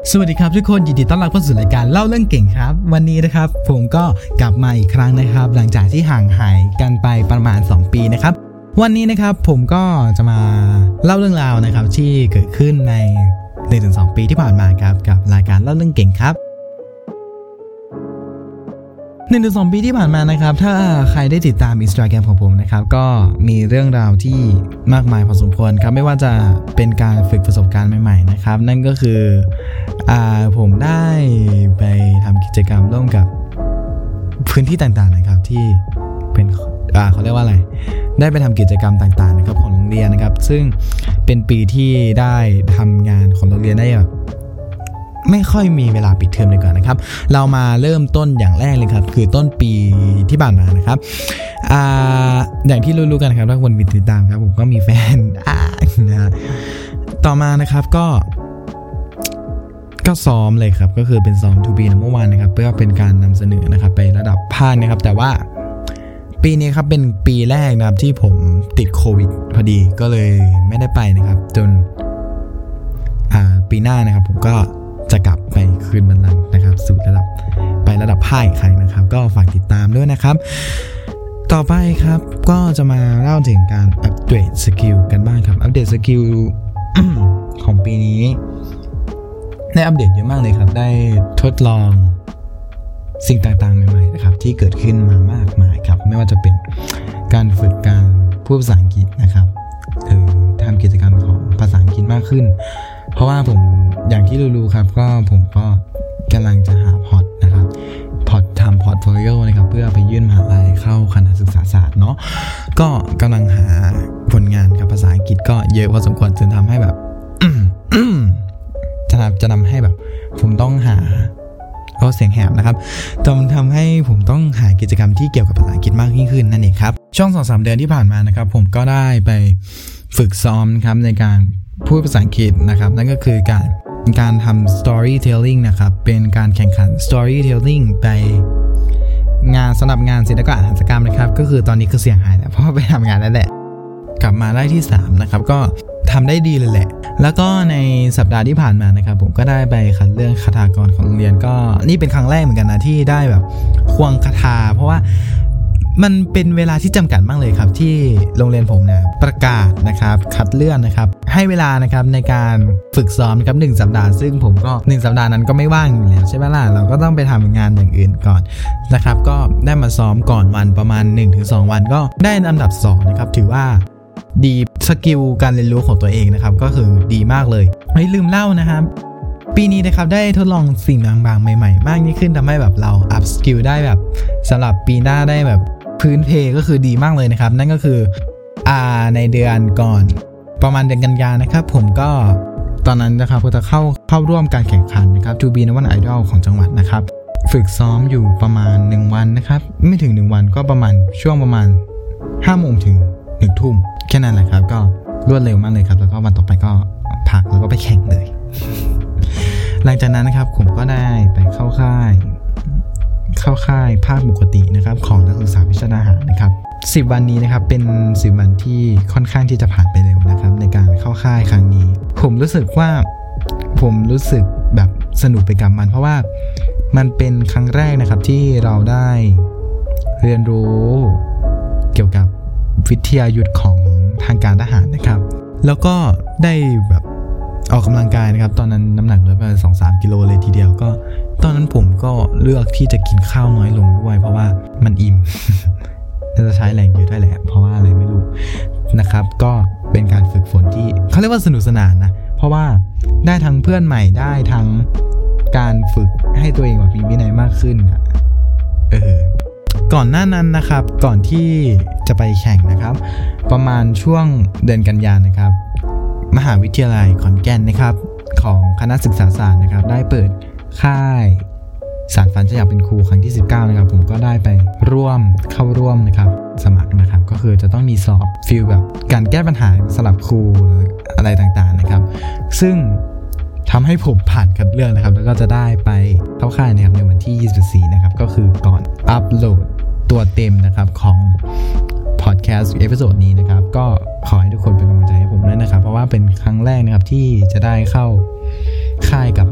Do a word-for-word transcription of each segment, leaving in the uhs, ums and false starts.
สวัสดีครับทุกคนยินดีต้อนรับเข้าสู่รายการเล่าเรื่องเก่งครับวันนี้นะครับผมก็กลับมาอีกครั้งนะครับหลังจากที่ห่างหายกันไปประมาณสองปีนะครับวันนี้นะครับผมก็จะมาเล่าเรื่องราวนะครับที่เกิดขึ้นใน หนึ่งถึงสอง ปีที่ผ่านมาครับกับรายการเล่าเรื่องเก่งครับ หนึ่งถึงสอง ปีที่ผ่านมานะครับถ้าใครได้ติดตาม Instagram ของผมนะครับก็มีเรื่องราวที่มากมายพอสมควรครับไม่ว่าจะเป็นการฝึกประสบการณ์ใหม่ๆนะครับนั่นก็คืออ่าผมได้ไปทำกิจกรรมร่วมกับพื้นที่ต่างๆนะครับที่เป็นอ่าเขาเรียกว่าอะไรได้ไปทำกิจกรรมต่างๆนะครับของโรงเรียนนะครับซึ่งเป็นปีที่ได้ทำงานของโรงเรียนได้แบบไม่ค่อยมีเวลาปิดเทอมเลยก่อนนะครับเรามาเริ่มต้นอย่างแรกเลยครับคือต้นปีที่ผ่านมานะครับอ่าอย่างที่รู้ๆกันนะครับถ้าคนติดตามครับผมก็มีแฟนนะต่อมานะครับก็ก็ซ้อมเลยครับก็คือเป็นซ้อม ทู บี Number One นะครับเพื่อเป็นการนำเสนอนะครับไประดับภาคนะครับแต่ว่าปีนี้ครับเป็นปีแรกนะครับที่ผมติดโควิดพอดีก็เลยไม่ได้ไปนะครับจนอ่าปีหน้านะครับผมก็จะกลับไปคืนบัลลังก์นะครับสู่ระดับไประดับภาคอีกครั้งนะครับก็ฝากติดตามด้วยนะครับต่อไปครับก็จะมาเล่าถึงการอัปเดตสกิลกันบ้างครับอัปเดตสกิล ของปีนี้ได้อัปเดตเยอะมากเลยครับได้ทดลองสิ่งต่างๆใหม่ๆนะครับที่เกิดขึ้นมามากมายครับไม่ว่าจะเป็นการฝึกการพูดภาษาอังกฤษนะครับหรือทำกิจกรรมของภาษาอังกฤษมากขึ้นเพราะว่าผมอย่างที่รู้ๆครับก็ผมก็กำลังจะหาพอร์ตนะครับพอร์ตทำพอร์ตโฟลิโอนะครับเพื่อไปยื่นมหาลัยเข้าคณะศึกษาศาสตร์เนาะก็กำลังหาผลงานกับภาษาอังกฤษก็เยอะพอสมควรจนทำให้แบบ จะทำจะทำให้แบบผมต้องหาเอาเสียงแหบนะครับจนทำให้ผมต้องหากิจกรรมที่เกี่ยวกับภาษาอังกฤษมากยิ่งขึ้นนั่นเองครับช่วง สองถึงสาม เดือนที่ผ่านมานะครับผมก็ได้ไปฝึกซ้อมครับในการพูดภาษาอังกฤษนะครับนั่นก็คือการการทำ storytelling นะครับเป็นการแข่งขัน storytelling ไปงานสำหรับงานศิลปะหัตถกรรมนะครับก็คือตอนนี้คือเสียงหายแล้วเพราะไปทำงานแล้วแหละกลับมาได้ที่สามนะครับก็ทำได้ดีเลยแหละแล้วก็ในสัปดาห์ที่ผ่านมานะครับผมก็ได้ไปคัดเรื่องคาถากรของโรงเรียนก็นี่เป็นครั้งแรกเหมือนกันนะที่ได้แบบควงคาถาเพราะว่ามันเป็นเวลาที่จำกัดมากเลยครับที่โรงเรียนผมเนี่ยประกาศนะครับคัดเลื่อนนะครับให้เวลานะครับในการฝึกซ้อมครับหนึ่งสัปดาห์ซึ่งผมก็หนึ่งสัปดาห์นั้นก็ไม่ว่างอยู่แล้วใช่ไหมล่ะเราก็ต้องไปทำงานอย่างอื่นก่อนนะครับก็ได้มาซ้อมก่อนวันประมาณ หนึ่งถึงสอง วันก็ได้อันดับสองนะครับถือว่าดีสกิลการเรียนรู้ของตัวเองนะครับก็คือดีมากเลยไม่ลืมเล่านะครับปีนี้นะครับได้ทดลองสิ่งบางๆใหม่ๆมากยิ่งขึ้นทำให้แบบเราอัพสกิลได้แบบสำหรับปีหน้าได้แบบพื้นเพก็คือดีมากเลยนะครับนั่นก็คืออ่าในเดือนก่อนประมาณเดือนกันยายนนะครับผมก็ตอนนั้นนะครับก็จะเข้าเข้าร่วมการแข่งขันนะครับ ทู บี Number One Idol ของจังหวัดนะครับฝึกซ้อมอยู่ประมาณหนึ่งวันนะครับไม่ถึงหนึ่งวันก็ประมาณช่วงประมาณห้าโมงถึงหนึ่งทุ่มแค่นั้นแหละครับก็รวดเร็วมากเลยครับแล้วก็วันต่อไปก็พักแล้วก็ไปแข่งเลย หลังจากนั้นนะครับผมก็ได้ไปเข้าค่ายเข้าค่ายภาคปกตินะครับของนักศึกษาวิชาทหารนะครับสิบวันนี้นะครับเป็นสิบวันที่ค่อนข้างที่จะผ่านไปเร็วนะครับในการเข้าค่ายครั้งนี้ผมรู้สึกว่าผมรู้สึกแบบสนุกไปกับมันเพราะว่ามันเป็นครั้งแรกนะครับที่เราได้เรียนรู้เกี่ยวกับวิทยายุทธของทางการทหารนะครับแล้วก็ได้แบบออกกำลังกายนะครับตอนนั้นน้ำหนักลดไป สองถึงสาม กิโลเลยทีเดียวก็ตอนนั้นผมก็เลือกที่จะกินข้าวน้อยลงด้วยเพราะว่ามันอิ่ม จะใช้แรงเยอะด้วยแหละเพราะว่าอะไรไม่รู้นะครับก็เป็นการฝึกฝนที่เขาเรียกว่าสนุกสนานนะเพราะว่าได้ทั้งเพื่อนใหม่ได้ทั้งการฝึกให้ตัวเองแบบมีวินัยมากขึ้นเออก่อนหน้านั้นนะครับก่อนที่จะไปแข่งนะครับประมาณช่วงเดือนกันยายนนะครับมหาวิทยาลัยขอนแก่นนะครับของคณะศึกษาศาสตร์นะครับได้เปิดค่ายสานฝันจะอยากเป็นครูครั้งที่สิบเก้านะครับผมก็ได้ไปร่วมเข้าร่วมนะครับสมัครนะครับก็คือจะต้องมีสอบฟีลแบบการแก้ปัญหาสำหรับครูหรืออะไรต่างๆนะครับซึ่งทำให้ผมผ่านคัดเลือกนะครับแล้วก็จะได้ไปเข้าค่ายนะครับในวันที่ยี่สิบสี่นะครับก็คือก่อนอัปโหลดตัวเต็มนะครับของพอดแคสต์เอพิโซดนี้นะครับก็ขอให้ทุกคนเป็นกำลังใจให้ผมด้วยนะครับเพราะว่าเป็นครั้งแรกนะครับที่จะได้เข้าค่ายกับมหาวิ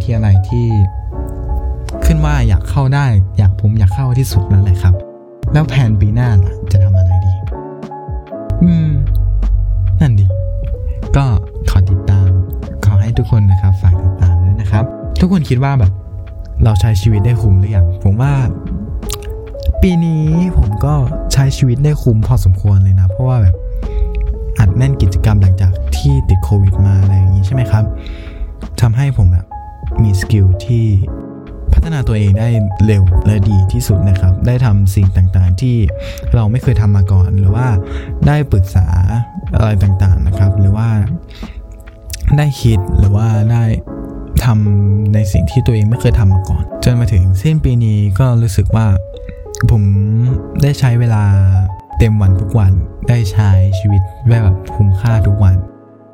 ทยาลัยที่ขึ้นว่าอยากเข้าได้อยากผมอยากเข้าที่สุดนั่นแหละครับแล้วแผนปีหน้าล่ะจะทำอะไรดีอืมนั่นดิก็ขอติดตามขอให้ทุกคนนะครับฝากติดตามด้วยนะครับทุกคนคิดว่าแบบเราใช้ชีวิตได้คุ้มหรือยังผมว่าปีนี้ผมก็ใช้ชีวิตได้คุ้มพอสมควรเลยนะเพราะว่าแบบอัดแน่นกิจกรรมหลังจากที่ติดโควิดมาอะไรอย่างนี้ใช่ไหมครับทำให้ผมแบบมีสกิลที่พัฒนาตัวเองได้เร็วและดีที่สุดนะครับได้ทำสิ่งต่างๆที่เราไม่เคยทำมาก่อนหรือว่าได้ปรึกษาอะไรต่างๆนะครับหรือว่าได้คิดหรือว่าได้ทำในสิ่งที่ตัวเองไม่เคยทำมาก่อนจนมาถึงสิ้นปีนี้ก็รู้สึกว่าผมได้ใช้เวลาเต็มวันทุกวันได้ใช้ชีวิตแบบคุ้มค่าทุกวัน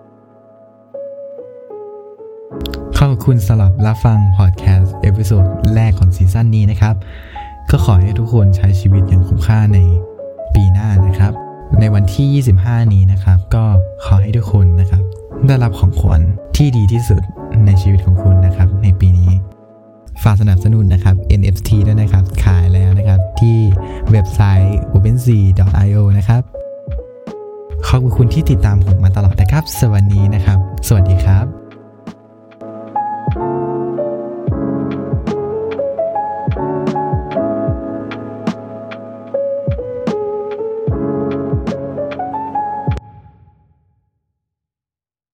ขอบคุณสำหรับรับฟังพอดแคสต์เอพิโซดแรกของซีซั่นนี้นะครับก็ขอให้ทุกคนใช้ชีวิตอย่างคุ้มค่าในปีหน้านะครับในวันที่ยี่สิบห้านี้นะครับก็ขอให้ทุกคนนะครับได้รับของขวัญที่ดีที่สุดในชีวิตของคุณนะครับในปีนี้ฝากสนับสนุนนะครับ เอ็น เอฟ ที ด้วยนะครับขายแล้วนะครับที่เว็บไซต์ โอเพนซี ดอท ไอ โอ นะครับขอบคุณที่ติดตามผมมาตลอดนะครับสวัสดีนะครับสวัสดีครับ